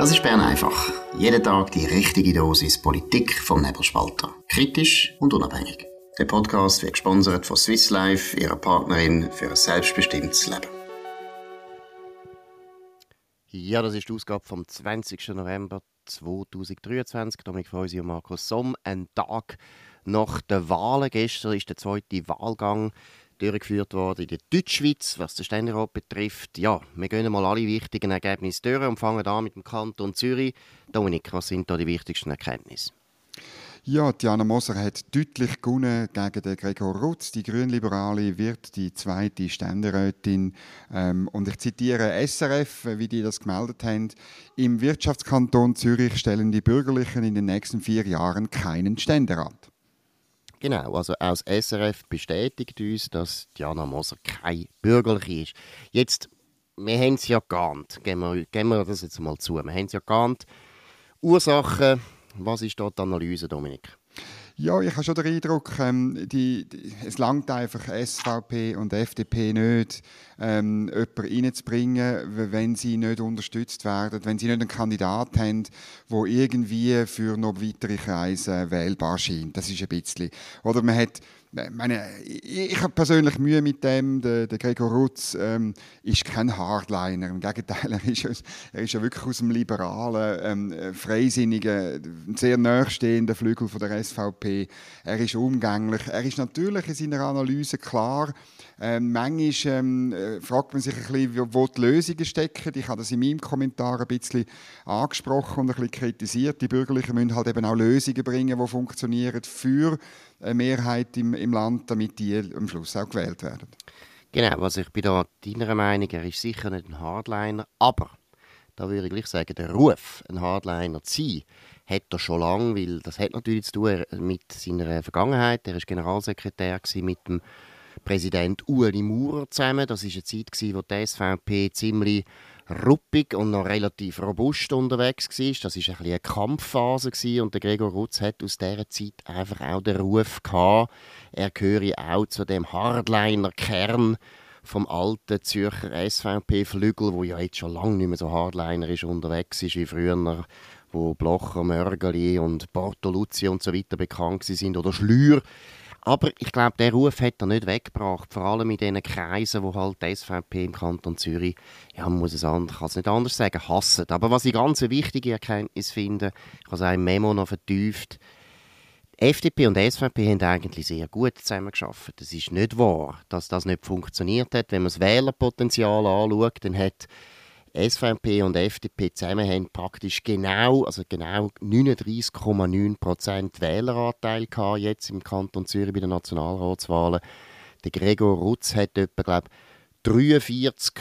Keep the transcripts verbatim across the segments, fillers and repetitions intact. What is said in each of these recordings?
Das ist Bern einfach. Jeden Tag die richtige Dosis Politik vom Nebelspalter. Kritisch und unabhängig. Der Podcast wird gesponsert von Swiss Life, ihrer Partnerin für ein selbstbestimmtes Leben. Ja, das ist die Ausgabe vom zwanzigsten November zweitausenddreiundzwanzig. Dominik Feusi und Markus Somm. Ein Tag nach den Wahlen. Gestern ist der zweite Wahlgang durchgeführt worden in der Deutschschweiz, was den Ständerat betrifft. Ja, wir gehen mal alle wichtigen Ergebnisse durch und fangen an mit dem Kanton Zürich. Dominik, was sind da die wichtigsten Erkenntnisse? Ja, Diana Moser hat deutlich gewonnen gegen den Gregor Rutz. Die Grünliberale wird die zweite Ständerätin. Ähm, und ich zitiere S R F, wie die das gemeldet haben. Im Wirtschaftskanton Zürich stellen die Bürgerlichen in den nächsten vier Jahren keinen Ständerat. Genau, also auch das S R F bestätigt uns, dass Diana Moser keine Bürgerliche ist. Jetzt, wir haben es ja geahnt, geben wir, geben wir das jetzt mal zu, wir haben es ja geahnt. Ursachen, was ist dort die Analyse, Dominik? Ja, ich habe schon den Eindruck, ähm, die, die, es langt einfach S V P und F D P nicht, ähm, jemanden reinzubringen, wenn sie nicht unterstützt werden, wenn sie nicht einen Kandidat haben, der irgendwie für noch weitere Kreise wählbar scheint. Das ist ein bisschen. Oder man hat, meine, ich, ich habe persönlich Mühe mit dem. Der, der Gregor Rutz ähm, ist kein Hardliner. Im Gegenteil, er ist, er ist ja wirklich aus dem liberalen, ähm, freisinnigen, sehr nahestehenden Flügel von der S V P. Er ist umgänglich. Er ist natürlich in seiner Analyse klar. Ähm, manchmal ähm, fragt man sich ein bisschen, wo die Lösungen stecken. Ich habe das in meinem Kommentar ein bisschen angesprochen und ein bisschen kritisiert. Die Bürgerlichen müssen halt eben auch Lösungen bringen, die funktionieren für eine Mehrheit im, im Land, damit die am Schluss auch gewählt werden. Genau, also ich bin da deiner Meinung, er ist sicher nicht ein Hardliner, aber da würde ich gleich sagen, der Ruf, ein Hardliner zu sein, hat er schon lange, weil das hat natürlich zu tun mit seiner Vergangenheit. Er war Generalsekretär mit dem Präsident Ueli Maurer zusammen. Das war eine Zeit, in der die S V P ziemlich ruppig und noch relativ robust unterwegs war. Das war ein bisschen eine Kampfphase und der Gregor Rutz hat aus dieser Zeit einfach auch den Ruf gehabt, er gehöre auch zu dem Hardliner-Kern vom alten Zürcher S V P-Flügel, wo ja jetzt schon lange nicht mehr so hardlinerisch unterwegs ist wie früher, wo Blocher, Mörgeli und Bortoluzzi und so weiter bekannt sind, oder Schlür. Aber ich glaube, der Ruf hat er nicht weggebracht, vor allem in diesen Kreisen, wo halt die S V P im Kanton Zürich, ja, man muss es anders, kann es nicht anders sagen, hassen. Aber was ich ganz eine wichtige Erkenntnis finde, ich habe es auch im Memo noch vertieft, F D P und S V P haben eigentlich sehr gut zusammengearbeitet. Es ist nicht wahr, dass das nicht funktioniert hat. Wenn man das Wählerpotenzial anschaut, dann hat S V P und F D P zusammen haben praktisch genau, also genau neununddreißig Komma neun Prozent Wähleranteil gehabt, jetzt im Kanton Zürich bei den Nationalratswahlen. Der Gregor Rutz hat etwa, glaube dreiundvierzig,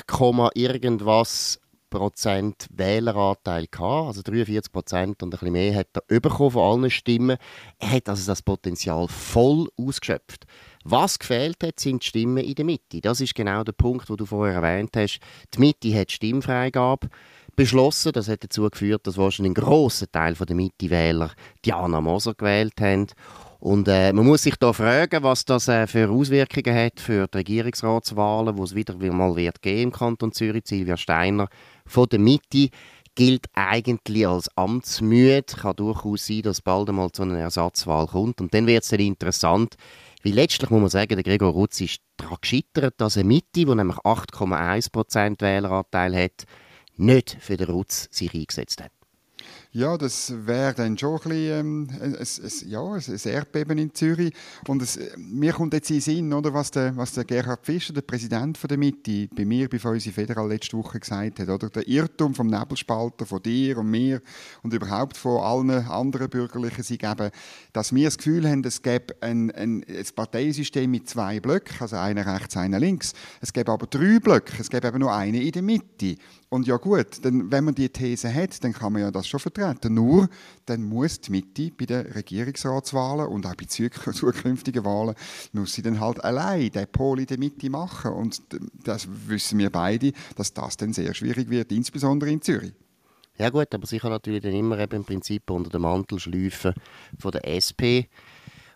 irgendwas Prozent Wähleranteil gehabt, also dreiundvierzig Prozent und ein bisschen mehr hat er bekommen von allen Stimmen. Er hat also das Potenzial voll ausgeschöpft. Was gefehlt hat, sind die Stimmen in der Mitte. Das ist genau der Punkt, den du vorher erwähnt hast. Die Mitte hat Stimmfreigabe beschlossen. Das hat dazu geführt, dass wahrscheinlich ein grosser Teil der Mitte-Wähler Diana Moser gewählt haben. Und äh, man muss sich da fragen, was das äh, für Auswirkungen hat für die Regierungsratswahlen, wo es wieder mal wird geben im Kanton Zürich. Silvia Steiner von der Mitte gilt eigentlich als amtsmüde. Kann durchaus sein, dass bald einmal zu einer Ersatzwahl kommt. Und dann wird es dann interessant, weil letztlich muss man sagen, der Gregor Rutz ist daran gescheitert, dass eine Mitte, die nämlich acht Komma eins Prozent Wähleranteil hat, nicht für den Rutz sich eingesetzt hat. Ja, das wäre dann schon ein bisschen ähm, ein, ein, ja, ein Erdbeben in Zürich. Und es, mir kommt jetzt in den Sinn, oder, was, der, was der Gerhard Fischer, der Präsident von der Mitte, bei mir, bei Feusi Federal letzte Woche gesagt hat. Oder? Der Irrtum vom Nebelspalter, von dir und mir und überhaupt von allen anderen Bürgerlichen, sie geben, dass wir das Gefühl haben, es gäbe ein, ein, ein Parteisystem mit zwei Blöcken, also einer rechts, einer links. Es gäbe aber drei Blöcke, es gäbe eben nur einen in der Mitte. Und ja gut, dann, wenn man diese These hat, dann kann man ja das schon vertreten. Nur, dann muss die Mitte bei den Regierungsratswahlen und auch bei zukünftigen Wahlen, muss sie dann halt allein den Pol in der Mitte machen. Und das wissen wir beide, dass das dann sehr schwierig wird, insbesondere in Zürich. Ja gut, aber sie kann natürlich dann immer eben im Prinzip unter den Mantelschleifen von der S P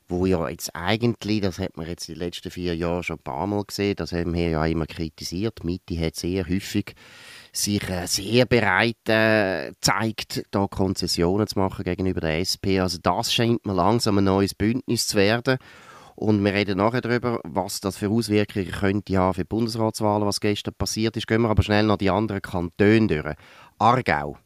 wo ja jetzt eigentlich, das hat man jetzt in den letzten vier Jahren schon ein paar Mal gesehen, das haben wir ja auch immer kritisiert, die Mitte hat sehr häufig sich äh, sehr bereit äh, zeigt, da Konzessionen zu machen gegenüber der S P. Also das scheint mir langsam ein neues Bündnis zu werden. Und wir reden nachher darüber, was das für Auswirkungen könnte haben für die Bundesratswahlen, was gestern passiert ist. Gehen wir aber schnell noch die anderen Kantone durch. Aargau.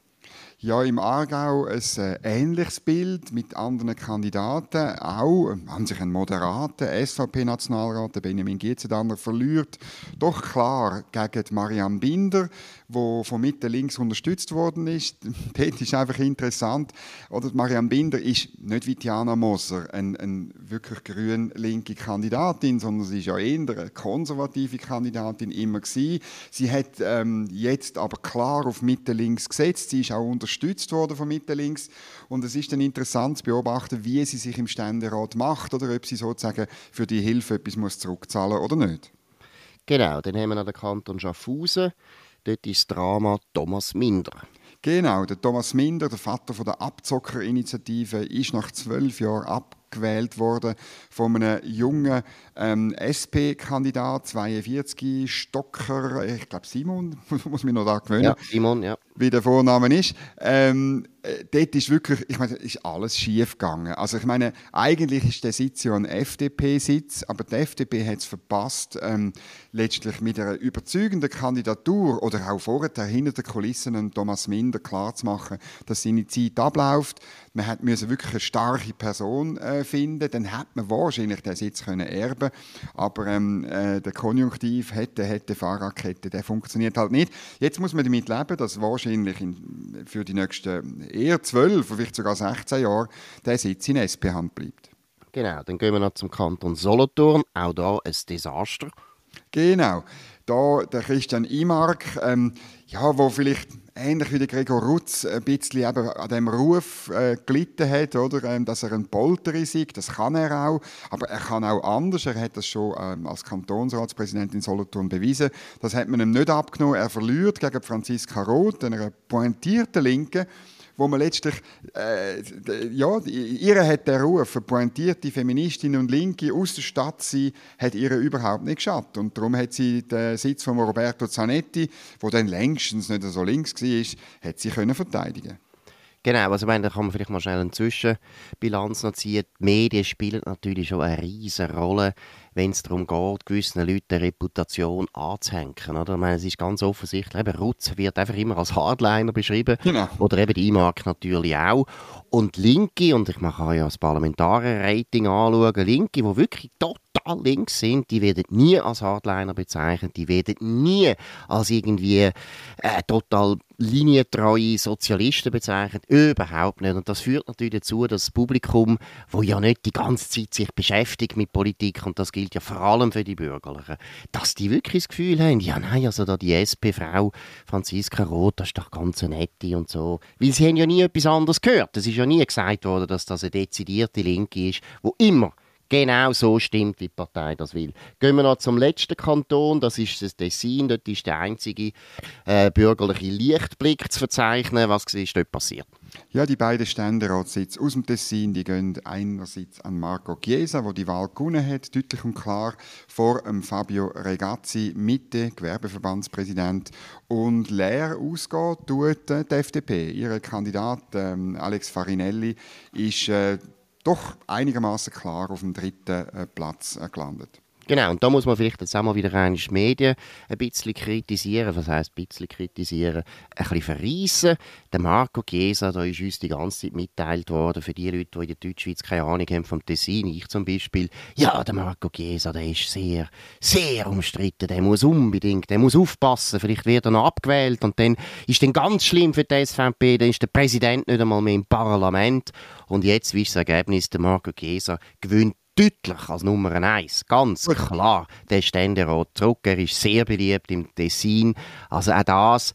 Ja, im Aargau ein äh, ähnliches Bild mit anderen Kandidaten. Auch äh, an sich ein moderater S V P-Nationalrat, Benjamin Gietzendanner, verliert doch klar gegen Marianne Binder, die von Mitte links unterstützt worden ist. Dort ist einfach interessant. Oder Marianne Binder ist nicht wie Diana Moser eine ein wirklich grün-linke Kandidatin, sondern sie ist ja eher eine konservative Kandidatin immer gewesen. Sie hat ähm, jetzt aber klar auf Mitte links gesetzt. Sie ist auch unterstützt worden von Mitte links. Und es ist dann interessant zu beobachten, wie sie sich im Ständerat macht oder ob sie sozusagen für die Hilfe etwas muss zurückzahlen oder nicht. Genau, dann haben wir noch den Kanton Schaffhausen. Dort ist das Drama Thomas Minder. Genau, der Thomas Minder, der Vater von der Abzockerinitiative, ist nach zwölf Jahren abgewählt worden von einem jungen ähm, S P-Kandidat, zweiundvierzig, Stocker, ich glaube Simon, muss mich noch da gewöhnen. Ja, Simon, ja. Wie der Vorname ist. Ähm, äh, dort ist wirklich, ich meine, ist alles schief gegangen. Also ich meine, eigentlich ist der Sitz ja ein F D P-Sitz, aber die F D P hat es verpasst, ähm, letztlich mit einer überzeugenden Kandidatur oder auch vorher hinter den Kulissen Thomas Minder klarzumachen, dass seine Zeit abläuft. Man hat müssen wirklich eine starke Person äh, finden, dann hätte man wahrscheinlich den Sitz können erben. Aber ähm, äh, der Konjunktiv hätte, hätte Fahrradkette, der funktioniert halt nicht. Jetzt muss man damit leben, dass wahrscheinlich in, für die nächsten eher zwölf, vielleicht sogar sechzehn Jahre der Sitz in S P-Hand bleibt. Genau, dann gehen wir noch zum Kanton Solothurn. Auch da ein Desaster. Genau. Da der Christian Imark, ähm, ja, wo vielleicht ähnlich wie der Gregor Rutz ein bisschen eben an dem Ruf äh, gelitten hat, oder? Ähm, dass er ein Polterer ist, das kann er auch, aber er kann auch anders. Er hat das schon ähm, als Kantonsratspräsident in Solothurn bewiesen. Das hat man ihm nicht abgenommen. Er verliert gegen Franziska Roth, einer pointierten Linken, wo man letztlich, äh, ja, ihre hat der Ruf, eine pointierte Feministin und Linke aus der Stadt sein, hat ihr überhaupt nicht geschadet. Und darum hat sie den Sitz von Roberto Zanetti, der dann längstens nicht so links war, hat sie können verteidigen. Genau, also ich meine, da kann man vielleicht mal schnell eine Zwischenbilanz noch ziehen. Die Medien spielen natürlich schon eine riesige Rolle, wenn es darum geht, gewissen Leuten eine Reputation anzuhängen. Oder? Ich meine, es ist ganz offensichtlich, eben Rutz wird einfach immer als Hardliner beschrieben. Genau. Oder eben die Imark natürlich auch. Und Linke, und ich kann ja das Parlamentarier-Rating anschauen, Linke, die wirklich total links sind, die werden nie als Hardliner bezeichnet, die werden nie als irgendwie äh, total linientreue Sozialisten bezeichnet, überhaupt nicht. Und das führt natürlich dazu, dass das Publikum, das ja nicht die ganze Zeit sich beschäftigt mit Politik, und das gilt ja vor allem für die Bürgerlichen, dass die wirklich das Gefühl haben, ja nein, also da die S P-Frau Franziska Roth, das ist doch ganz eine nette und so. Weil sie haben ja nie etwas anderes gehört. Es ist ja nie gesagt worden, dass das eine dezidierte Linke ist, die immer genau so stimmt, wie die Partei das will. Gehen wir noch zum letzten Kanton, das ist das Tessin. Dort ist der einzige äh, bürgerliche Lichtblick zu verzeichnen. Was ist dort passiert? Ja, die beiden Ständeratssitze aus dem Tessin, die gehen einerseits an Marco Chiesa, der die Wahl gewonnen hat, deutlich und klar, vor ähm, Fabio Regazzi, Mitte, Gewerbeverbandspräsident. Und leer ausgeht tut äh, die F D P. Ihr Kandidat ähm, Alex Farinelli ist äh, doch einigermaßen klar auf dem dritten äh, Platz äh, gelandet. Genau, und da muss man vielleicht jetzt auch mal wieder einmal die Medien ein bisschen kritisieren. Was heisst ein bisschen kritisieren? Ein bisschen verreissen. Der Marco Chiesa, da ist uns die ganze Zeit mitgeteilt worden, für die Leute, die in der Deutschschweiz keine Ahnung haben vom Tessin, ich zum Beispiel, ja, der Marco Chiesa, der ist sehr, sehr umstritten, der muss unbedingt, der muss aufpassen, vielleicht wird er noch abgewählt und dann ist dann ganz schlimm für die S V P, dann ist der Präsident nicht einmal mehr im Parlament und jetzt, wie ist das Ergebnis, der Marco Chiesa gewinnt deutlich als Nummer eins, ganz klar, der Ständerat zurück. Er ist sehr beliebt im Tessin. Also auch das,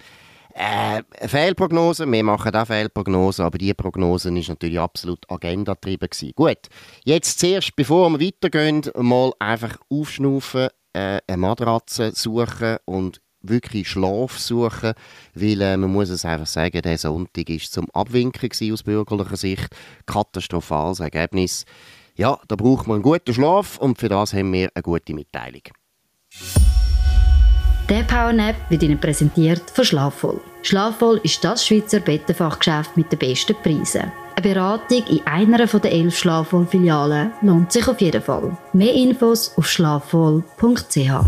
äh, eine Fehlprognose, wir machen auch Fehlprognosen, aber diese Prognose war natürlich absolut agendatrieben gewesen. Gut, jetzt zuerst, bevor wir weitergehen, mal einfach aufschnaufen, äh, eine Matratze suchen und wirklich Schlaf suchen, weil äh, man muss es einfach sagen, der Sonntag war zum Abwinken aus bürgerlicher Sicht. Katastrophales Ergebnis. Ja, da braucht man einen guten Schlaf und für das haben wir eine gute Mitteilung. Der Powernap wird Ihnen präsentiert von Schlafvoll. Schlafvoll ist das Schweizer Bettenfachgeschäft mit den besten Preisen. Eine Beratung in einer der elf Schlafvoll-Filialen lohnt sich auf jeden Fall. Mehr Infos auf schlafvoll punkt c h.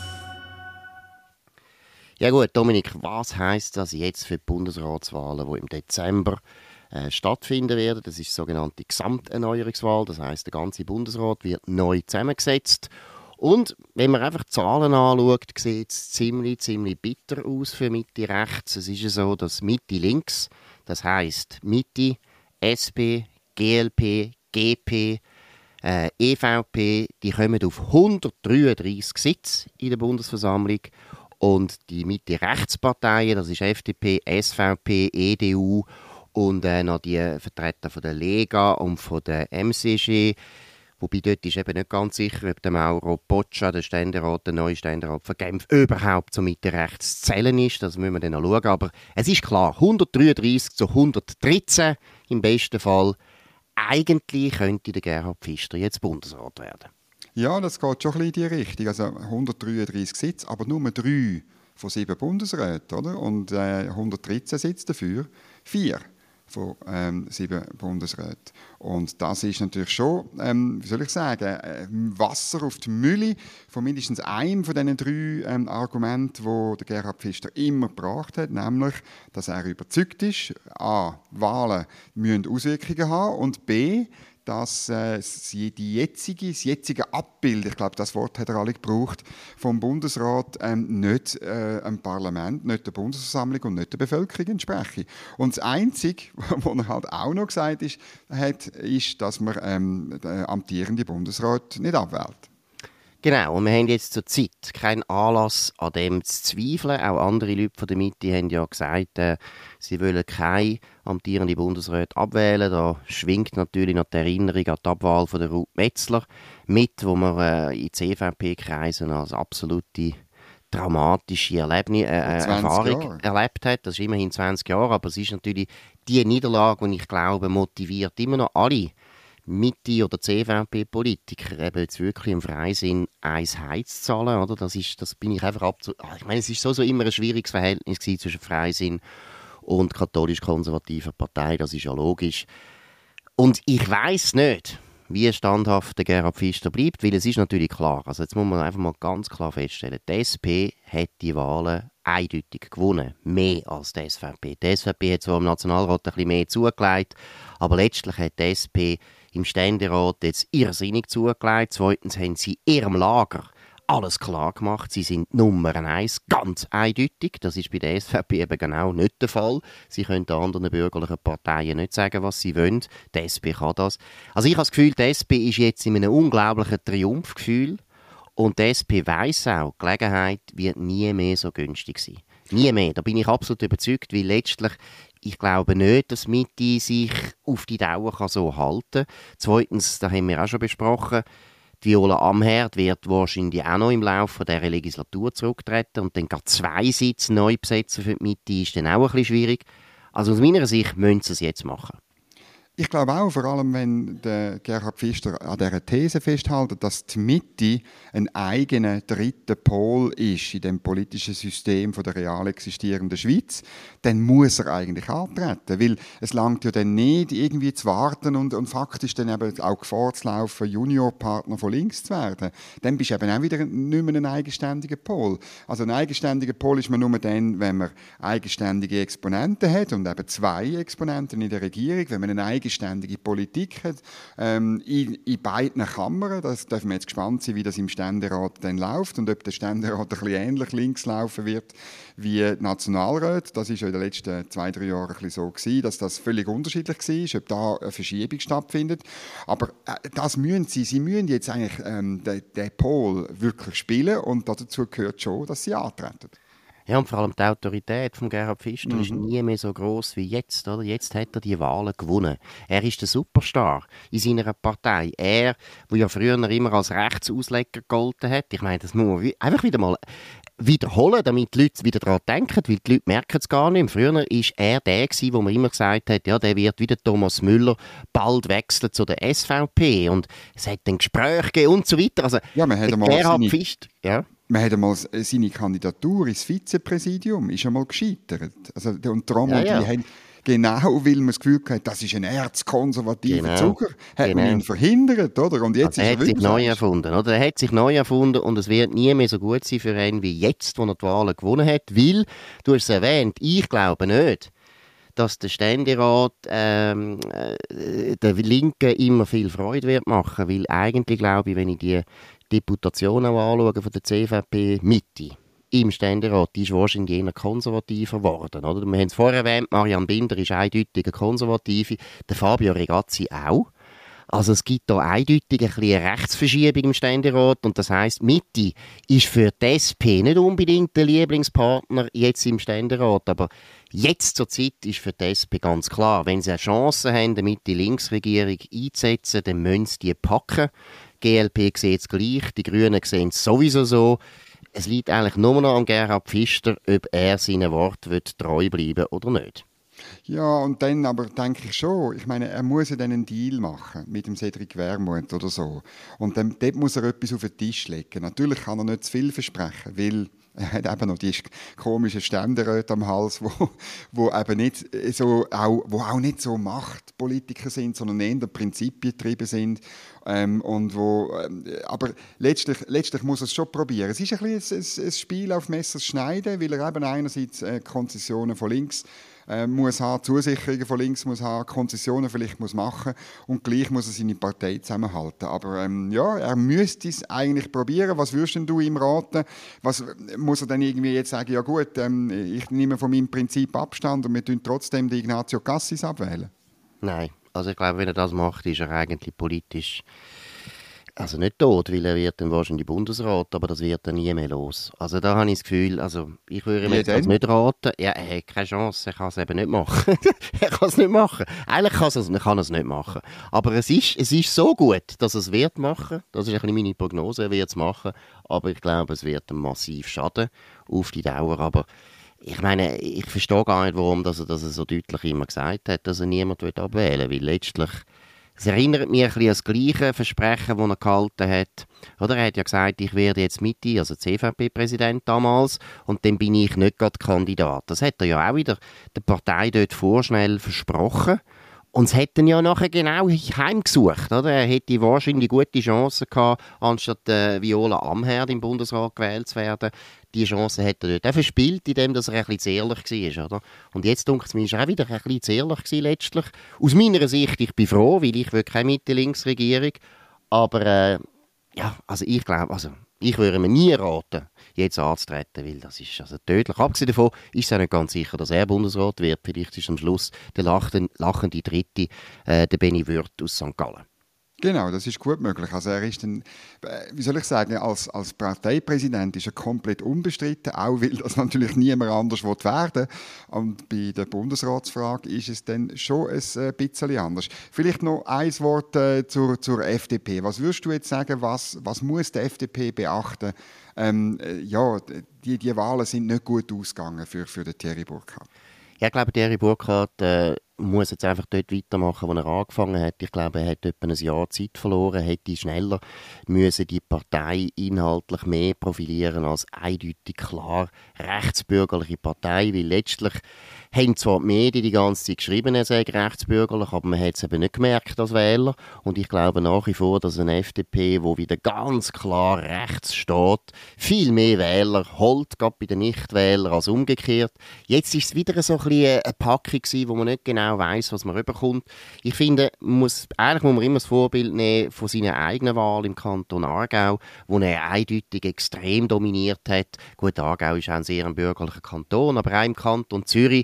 Ja gut, Dominik, was heisst das jetzt für die Bundesratswahlen, die im Dezember äh, stattfinden werden? Das ist die sogenannte Gesamterneuerungswahl. Das heisst, der ganze Bundesrat wird neu zusammengesetzt. Und wenn man einfach die Zahlen anschaut, sieht es ziemlich, ziemlich bitter aus für Mitte rechts. Es ist ja so, dass Mitte links, das heisst Mitte, S P, G L P, G P, äh, E V P, die kommen auf hundertdreiunddreissig Sitze in der Bundesversammlung. Und die Mitte-Rechtsparteien, das ist F D P, S V P, E D U und äh, noch die Vertreter von der Lega und von der M C G. Wobei dort ist eben nicht ganz sicher, ob der Mauro Boccia, der Ständerat, der neue Ständerat von Genf, überhaupt so Mitte rechts zu zählen ist. Das müssen wir dann noch schauen. Aber es ist klar, hundertdreiunddreissig zu hundertdreizehn im besten Fall. Eigentlich könnte der Gerhard Pfister jetzt Bundesrat werden. Ja, das geht schon ein bisschen in die Richtung. Also hundertdreiunddreissig Sitze, aber nur drei von sieben Bundesräten, oder? Und äh, hundertdreizehn Sitze dafür, vier von ähm, sieben Bundesräten. Und das ist natürlich schon, ähm, wie soll ich sagen, äh, Wasser auf die Mühle von mindestens einem von diesen drei ähm, Argumenten, die der Gerhard Pfister immer gebracht hat, nämlich, dass er überzeugt ist, a, Wahlen müssen Auswirkungen haben und b, dass äh, die jetzige, das jetzige Abbild, ich glaube, das Wort hat er alle gebraucht, vom Bundesrat ähm, nicht äh, dem Parlament, nicht der Bundesversammlung und nicht der Bevölkerung entspreche. Und das Einzige, was er halt auch noch gesagt ist, hat, ist, dass man ähm, den amtierenden Bundesrat nicht abwählt. Genau, und wir haben jetzt zur Zeit keinen Anlass, an dem zu zweifeln. Auch andere Leute von der Mitte haben ja gesagt, äh, sie wollen keine amtierende Bundesräte abwählen. Da schwingt natürlich noch die Erinnerung an die Abwahl von der Ruth Metzler mit, wo man äh, in C V P-Kreisen als absolute dramatische Erlebnis, äh, Erfahrung Jahre. erlebt hat. Das ist immerhin zwanzig Jahre, aber es ist natürlich die Niederlage, die ich glaube, motiviert immer noch alle Mitte- oder C V P-Politiker eben jetzt wirklich im Freisinn eins Heiz zahlen, oder? Das ist, das bin ich einfach abzu... Ich meine, es ist so, so immer ein schwieriges Verhältnis zwischen Freisinn und katholisch-konservativer Partei, das ist ja logisch. Und ich weiss nicht, wie standhaft der Gerhard Pfister bleibt, weil es ist natürlich klar, also jetzt muss man einfach mal ganz klar feststellen, die S P hat die Wahlen eindeutig gewonnen, mehr als die S V P. Die S V P hat zwar im Nationalrat ein bisschen mehr zugelegt, aber letztlich hat die S P im Ständerat jetzt irrsinnig zugelegt. Zweitens haben sie ihrem Lager alles klar gemacht. Sie sind Nummer eins, ganz eindeutig. Das ist bei der S V P eben genau nicht der Fall. Sie können den anderen bürgerlichen Parteien nicht sagen, was sie wollen. Die S P kann das. Also ich habe das Gefühl, die S P ist jetzt in einem unglaublichen Triumphgefühl. Und die S P weiss auch, die Gelegenheit wird nie mehr so günstig sein. Nie mehr. Da bin ich absolut überzeugt, weil letztlich, ich glaube nicht, dass Mitte sich auf die Dauer kann so halten kann. Zweitens, da haben wir auch schon besprochen, die Viola Amherd wird wahrscheinlich auch noch im Laufe dieser Legislatur zurücktreten und dann gerade zwei Sitze neu besetzen für die Mitte ist dann auch ein bisschen schwierig. Also aus meiner Sicht müssen sie es jetzt machen. Ich glaube auch, vor allem wenn der Gerhard Pfister an dieser These festhält, dass die Mitte ein eigener dritter Pol ist in dem politischen System von der real existierenden Schweiz, dann muss er eigentlich antreten, weil es langt ja dann nicht, irgendwie zu warten und, und faktisch dann eben auch Gefahr zu laufen, Juniorpartner von links zu werden. Dann bist du eben auch wieder nicht mehr ein eigenständiger Pol. Also ein eigenständiger Pol ist man nur dann, wenn man eigenständige Exponenten hat und eben zwei Exponenten in der Regierung, wenn man eine eigenständige Politik hat, ähm, in, in beiden Kammern. Das dürfen wir jetzt gespannt sein, wie das im Ständerat dann läuft und ob der Ständerat ein bisschen ähnlich links laufen wird wie die Nationalräte. Das ist ja in den letzten zwei, drei Jahren ein bisschen so gewesen, dass das völlig unterschiedlich war, ob da eine Verschiebung stattfindet. Aber äh, das müssen sie. Sie müssen jetzt eigentlich ähm, den, den Pol wirklich spielen und dazu gehört schon, dass sie antreten. Ja, und vor allem die Autorität von Gerhard Pfister mhm. ist nie mehr so gross wie jetzt. Oder? Jetzt hat er die Wahlen gewonnen. Er ist der Superstar in seiner Partei. Er, der ja früher immer als Rechtsausleger gegolten hat. Ich meine, das muss man einfach wieder mal... wiederholen, damit die Leute wieder daran denken, weil die Leute merken es gar nicht. Früher war er der, gewesen, wo man immer gesagt hat, ja, der wird wie der Thomas Müller bald wechseln zu der S V P und es hat ein Gespräch gegeben und so weiter. Also, ja, man hat einmal Gerhard seine, Pfister, ja. man hat einmal seine Kandidatur ins Vizepräsidium ist einmal gescheitert. Also, und darum, ja, ja. die haben, genau weil man das Gefühl hatte, das ist ein erzkonservativer genau. Zucker, hat genau. man ihn verhindert, oder? Und jetzt also ist er er hat sich neu erfunden, oder? Er hat sich neu erfunden und es wird nie mehr so gut sein für ihn wie jetzt, wo er die Wahlen gewonnen hat, weil, du hast es erwähnt, ich glaube nicht, dass der Ständerat ähm, äh, der Linken immer viel Freude wird machen, weil eigentlich glaube ich, wenn ich die Deputationen anschaue von der C V P-Mitte, im Ständerat, die ist wahrscheinlich eher konservativer geworden. Oder? Wir haben es vorher erwähnt, Marianne Binder ist eindeutig eine Konservative, der Fabio Regazzi auch. Also es gibt da eindeutig ein bisschen eine Rechtsverschiebung im Ständerat und das heisst, Mitte ist für die S P nicht unbedingt der Lieblingspartner jetzt im Ständerat, aber jetzt zur Zeit ist für die S P ganz klar, wenn sie eine Chance haben, eine Mitte-Links-Regierung einzusetzen, dann müssen sie die packen. Die G L P sieht es gleich, die Grünen sehen es sowieso so. Es liegt eigentlich nur noch an Gerhard Pfister, ob er seinen Worten treu bleiben oder nicht. Ja, und dann aber denke ich schon, ich meine, er muss ja dann einen Deal machen mit dem Cedric Wermuth oder so. Und dann, dort muss er etwas auf den Tisch legen. Natürlich kann er nicht zu viel versprechen, weil er hat eben noch die komischen Ständeräte am Hals, wo, wo eben nicht so, auch, wo auch nicht so Machtpolitiker sind, sondern eher prinzipiengetrieben sind. Ähm, und wo, ähm, aber letztlich, letztlich muss er es schon probieren. Es ist ein bisschen ein, ein Spiel auf Messers Schneiden, weil er eben einerseits äh, Konzessionen von links äh, muss haben, Zusicherungen von links muss haben, Konzessionen vielleicht muss machen und gleich muss er seine Partei zusammenhalten. Aber ähm, ja, er müsste es eigentlich probieren. Was würdest denn du ihm raten? Was muss er dann irgendwie jetzt sagen, ja gut, ähm, ich nehme von meinem Prinzip Abstand und wir tun trotzdem die Ignazio Cassis abwählen? Nein, also ich glaube, wenn er das macht, ist er eigentlich politisch also nicht tot, weil er wird dann wahrscheinlich Bundesrat, aber das wird er nie mehr los. Also da habe ich das Gefühl, also ich würde ihm jetzt das nicht raten. Ja, er hat keine Chance, er kann es eben nicht machen. er kann es nicht machen. Eigentlich kann, es, kann er es nicht machen. Aber es ist, es ist so gut, dass er es wird machen. Das ist ein bisschen meine Prognose, er wird es machen. Aber ich glaube, es wird ihm massiv schaden auf die Dauer. Aber ich meine, ich verstehe gar nicht, warum dass er das so deutlich immer gesagt hat, dass er niemanden abwählen will, weil letztlich es erinnert mich ein bisschen an das gleiche Versprechen, das er gehalten hat. Oder er hat ja gesagt, ich werde jetzt Mitte, also C V P-Präsident damals, und dann bin ich nicht gerade Kandidat. Das hat er ja auch wieder der Partei dort vorschnell versprochen. Und es hätten ja nachher genau heimgesucht. Oder? Er hätte wahrscheinlich gute Chancen gehabt, anstatt äh, Viola Amherd im Bundesrat gewählt zu werden. Die Chance hätte er dort auch verspielt, indem er ein bisschen zährlich war. Oder? Und jetzt denke ich mir, ist er auch wieder ein bisschen zährlich gewesen, letztlich. Aus meiner Sicht, ich bin froh, weil ich will keine Mitte-Links-Regierung. Aber äh, ja, also ich glaube, also ich würde mir nie raten, jetzt anzutreten, weil das ist also tödlich. Abgesehen davon ist es auch nicht ganz sicher, dass er Bundesrat wird. Vielleicht ist am Schluss der lachende, lachende Dritte, äh, der Benny Würth aus Sankt Gallen. Genau, das ist gut möglich. Also er ist dann, wie soll ich sagen, als, als Parteipräsident ist er komplett unbestritten, auch weil das natürlich niemand anders werden will. Und bei der Bundesratsfrage ist es dann schon ein bisschen anders. Vielleicht noch ein Wort äh, zur, zur F D P. Was würdest du jetzt sagen, was, was muss die F D P beachten? Ähm, ja, die, die Wahlen sind nicht gut ausgegangen für, für den Thierry Burkhardt. Ja, ich glaube, Thierry Burkhardt äh, muss jetzt einfach dort weitermachen, wo er angefangen hat. Ich glaube, er hat etwa ein Jahr Zeit verloren, hätte schneller müssen die Partei inhaltlich mehr profilieren als eindeutig klar rechtsbürgerliche Partei, weil letztlich haben zwar die Medien die ganze Zeit geschrieben, er sei rechtsbürgerlich, aber man hat es eben nicht gemerkt als Wähler. Und ich glaube nach wie vor, dass eine F D P, wo wieder ganz klar rechts steht, viel mehr Wähler holt, gerade bei den Nichtwählern, als umgekehrt. Jetzt ist es wieder so ein bisschen eine Packung gewesen, wo man nicht genau weiss, was man rüberkommt. Ich finde, man muss, eigentlich muss man immer das Vorbild nehmen von seiner eigenen Wahl im Kanton Aargau, wo er eindeutig extrem dominiert hat. Gut, Aargau ist auch ein sehr bürgerlicher Kanton, aber auch im Kanton Zürich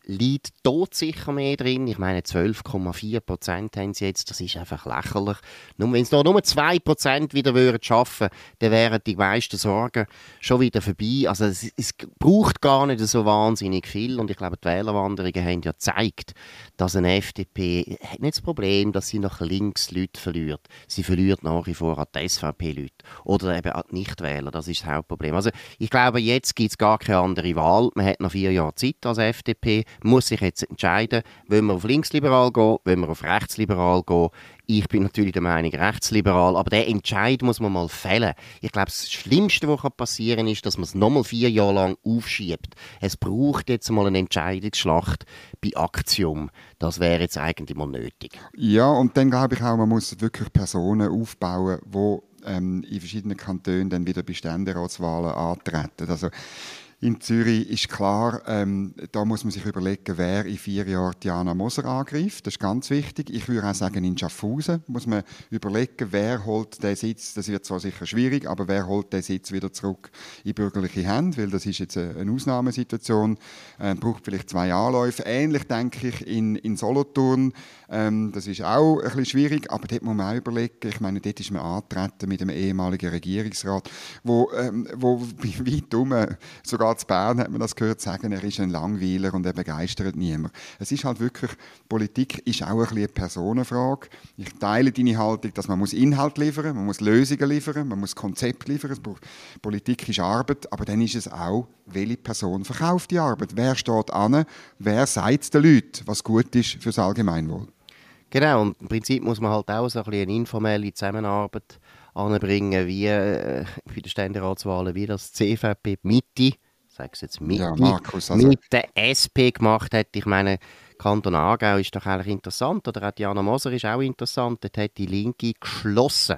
liegt dort sicher mehr drin. Ich meine, zwölf Komma vier Prozent haben sie jetzt. Das ist einfach lächerlich. Nur wenn es noch nur zwei Prozent wieder würden schaffen, dann wären die meisten Sorgen schon wieder vorbei. Also es, es braucht gar nicht so wahnsinnig viel. Und ich glaube, die Wählerwanderungen haben ja gezeigt, dass eine F D P hat nicht das Problem, dass sie nach links Leute verliert. Sie verliert nach wie vor an die S V P-Leute. Oder eben an die Nichtwähler. Das ist das Hauptproblem. Also ich glaube, jetzt gibt es gar keine andere Wahl. Man hat noch vier Jahre Zeit als F D P. Muss sich jetzt entscheiden, wollen wir auf linksliberal gehen, wollen wir auf rechtsliberal gehen. Ich bin natürlich der Meinung rechtsliberal, aber der Entscheid muss man mal fällen. Ich glaube, das Schlimmste, was passieren kann, ist, dass man es nochmal vier Jahre lang aufschiebt. Es braucht jetzt mal eine Entscheidungsschlacht bei Aktium. Das wäre jetzt eigentlich mal nötig. Ja, und dann glaube ich auch, man muss wirklich Personen aufbauen, die ähm, in verschiedenen Kantonen dann wieder bei Ständeratswahlen antreten. Also in Zürich ist klar, ähm, da muss man sich überlegen, wer in vier Jahren Diana Moser angreift. Das ist ganz wichtig. Ich würde auch sagen, in Schaffhausen muss man überlegen, wer holt den Sitz, das wird zwar sicher schwierig, aber wer holt den Sitz wieder zurück in bürgerliche Hände, weil das ist jetzt eine Ausnahmesituation, äh, braucht vielleicht zwei Anläufe. Ähnlich denke ich in, in Solothurn, ähm, das ist auch ein bisschen schwierig, aber dort muss man auch überlegen, ich meine, dort ist man angetreten mit einem ehemaligen Regierungsrat, wo, ähm, wo weit herum, sogar in Bern hat man das gehört, sagen, er ist ein Langweiler und er begeistert niemand. Es ist halt wirklich, Politik ist auch ein bisschen eine Personenfrage. Ich teile deine Haltung, dass man muss Inhalt liefern muss, man muss Lösungen liefern, man muss Konzept liefern. Politik ist Arbeit, aber dann ist es auch, welche Person verkauft die Arbeit? Wer steht an? Wer sagt den Leuten, was gut ist für das Allgemeinwohl? Genau, und im Prinzip muss man halt auch so ein bisschen eine informelle Zusammenarbeit anbringen, wie äh, bei den Ständeratswahlen, wie das C V P Mitte, sage es jetzt mit, ja, Markus, also mit der S P gemacht hat. Ich meine, Kanton Aargau ist doch eigentlich interessant, oder auch Diana Moser ist auch interessant. Dort hat die Linke geschlossen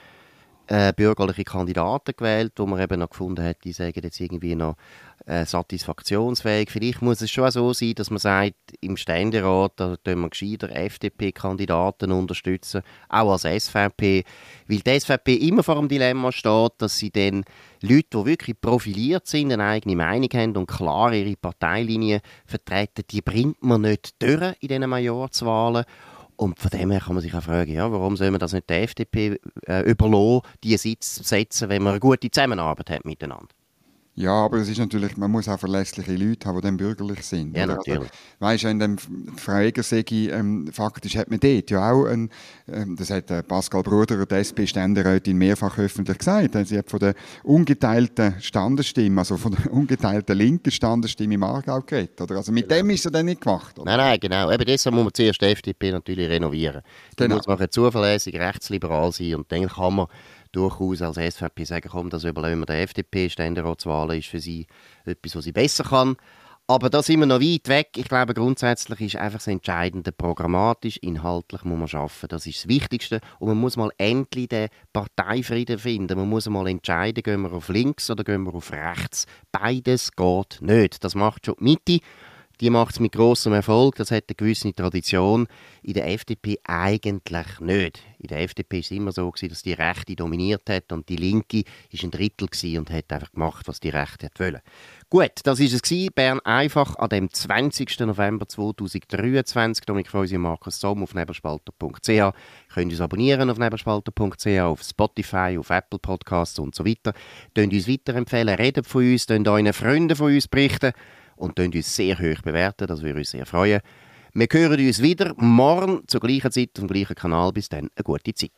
äh, bürgerliche Kandidaten gewählt, wo man eben noch gefunden hat, die sagen jetzt irgendwie noch äh, satisfaktionsfähig. Vielleicht muss es schon so sein, dass man sagt, im Ständerat, da tun wir gescheiter F D P-Kandidaten unterstützen, auch als S V P, weil die S V P immer vor dem Dilemma steht, dass sie dann Leute, die wirklich profiliert sind, eine eigene Meinung haben und klar ihre Parteilinie vertreten, die bringt man nicht durch in diesen Majorzwahlen. Und von dem her kann man sich auch fragen, ja, warum soll man das nicht der F D P äh, überlassen, diese Sitz setzen, wenn man eine gute Zusammenarbeit hat miteinander? Ja, aber es ist natürlich, man muss auch verlässliche Leute haben, die dann bürgerlich sind. Ja, oder? natürlich. Also, weißt du, in dem Frau Egersegi, ähm, faktisch hat man dort ja auch, ein, ähm, das hat äh, Pascal Bruder, der S P-Ständerätin, mehrfach öffentlich gesagt. Sie hat von der ungeteilten Standesstimme, also von der ungeteilten linken Standesstimme im Aargau geredet. Oder? Also mit genau. dem ist er dann nicht gemacht. Oder? Nein, nein, genau. Eben deshalb muss man zuerst die F D P natürlich renovieren. Dann genau. muss man zuverlässig rechtsliberal sein und dann kann man durchaus als S V P sagen, komm, das überlassen wir der F D P, Ständeratswahlen ist für sie etwas, was sie besser kann. Aber da sind wir noch weit weg. Ich glaube, grundsätzlich ist einfach das Entscheidende programmatisch, inhaltlich muss man arbeiten. Das ist das Wichtigste. Und man muss mal endlich den Parteifrieden finden. Man muss mal entscheiden, gehen wir auf links oder gehen wir auf rechts. Beides geht nicht. Das macht schon die Mitte. Die macht es mit grossem Erfolg, das hat eine gewisse Tradition. In der F D P eigentlich nicht. In der F D P war es immer so, dass die Rechte dominiert hat und die Linke war ein Drittel und hat einfach gemacht, was die Rechte wollen. Gut, das war es. Bern einfach an dem zwanzigsten November zweitausenddreiundzwanzig. Dominik Freusi und Markus Somm auf nebelspalter punkt c h. Ihr könnt uns abonnieren auf nebelspalter punkt c h, auf Spotify, auf Apple Podcasts und so weiter. Könnt uns weiterempfehlen, redet von uns, könnt euren Freunden von uns berichten. Und uns sehr hoch bewerten, das würde uns sehr freuen. Wir hören uns wieder morgen zur gleichen Zeit auf dem gleichen Kanal. Bis dann, eine gute Zeit.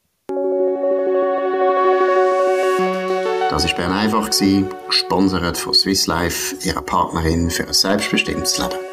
Das war Bern einfach, gesponsert von Swiss Life, ihrer Partnerin für ein selbstbestimmtes Leben.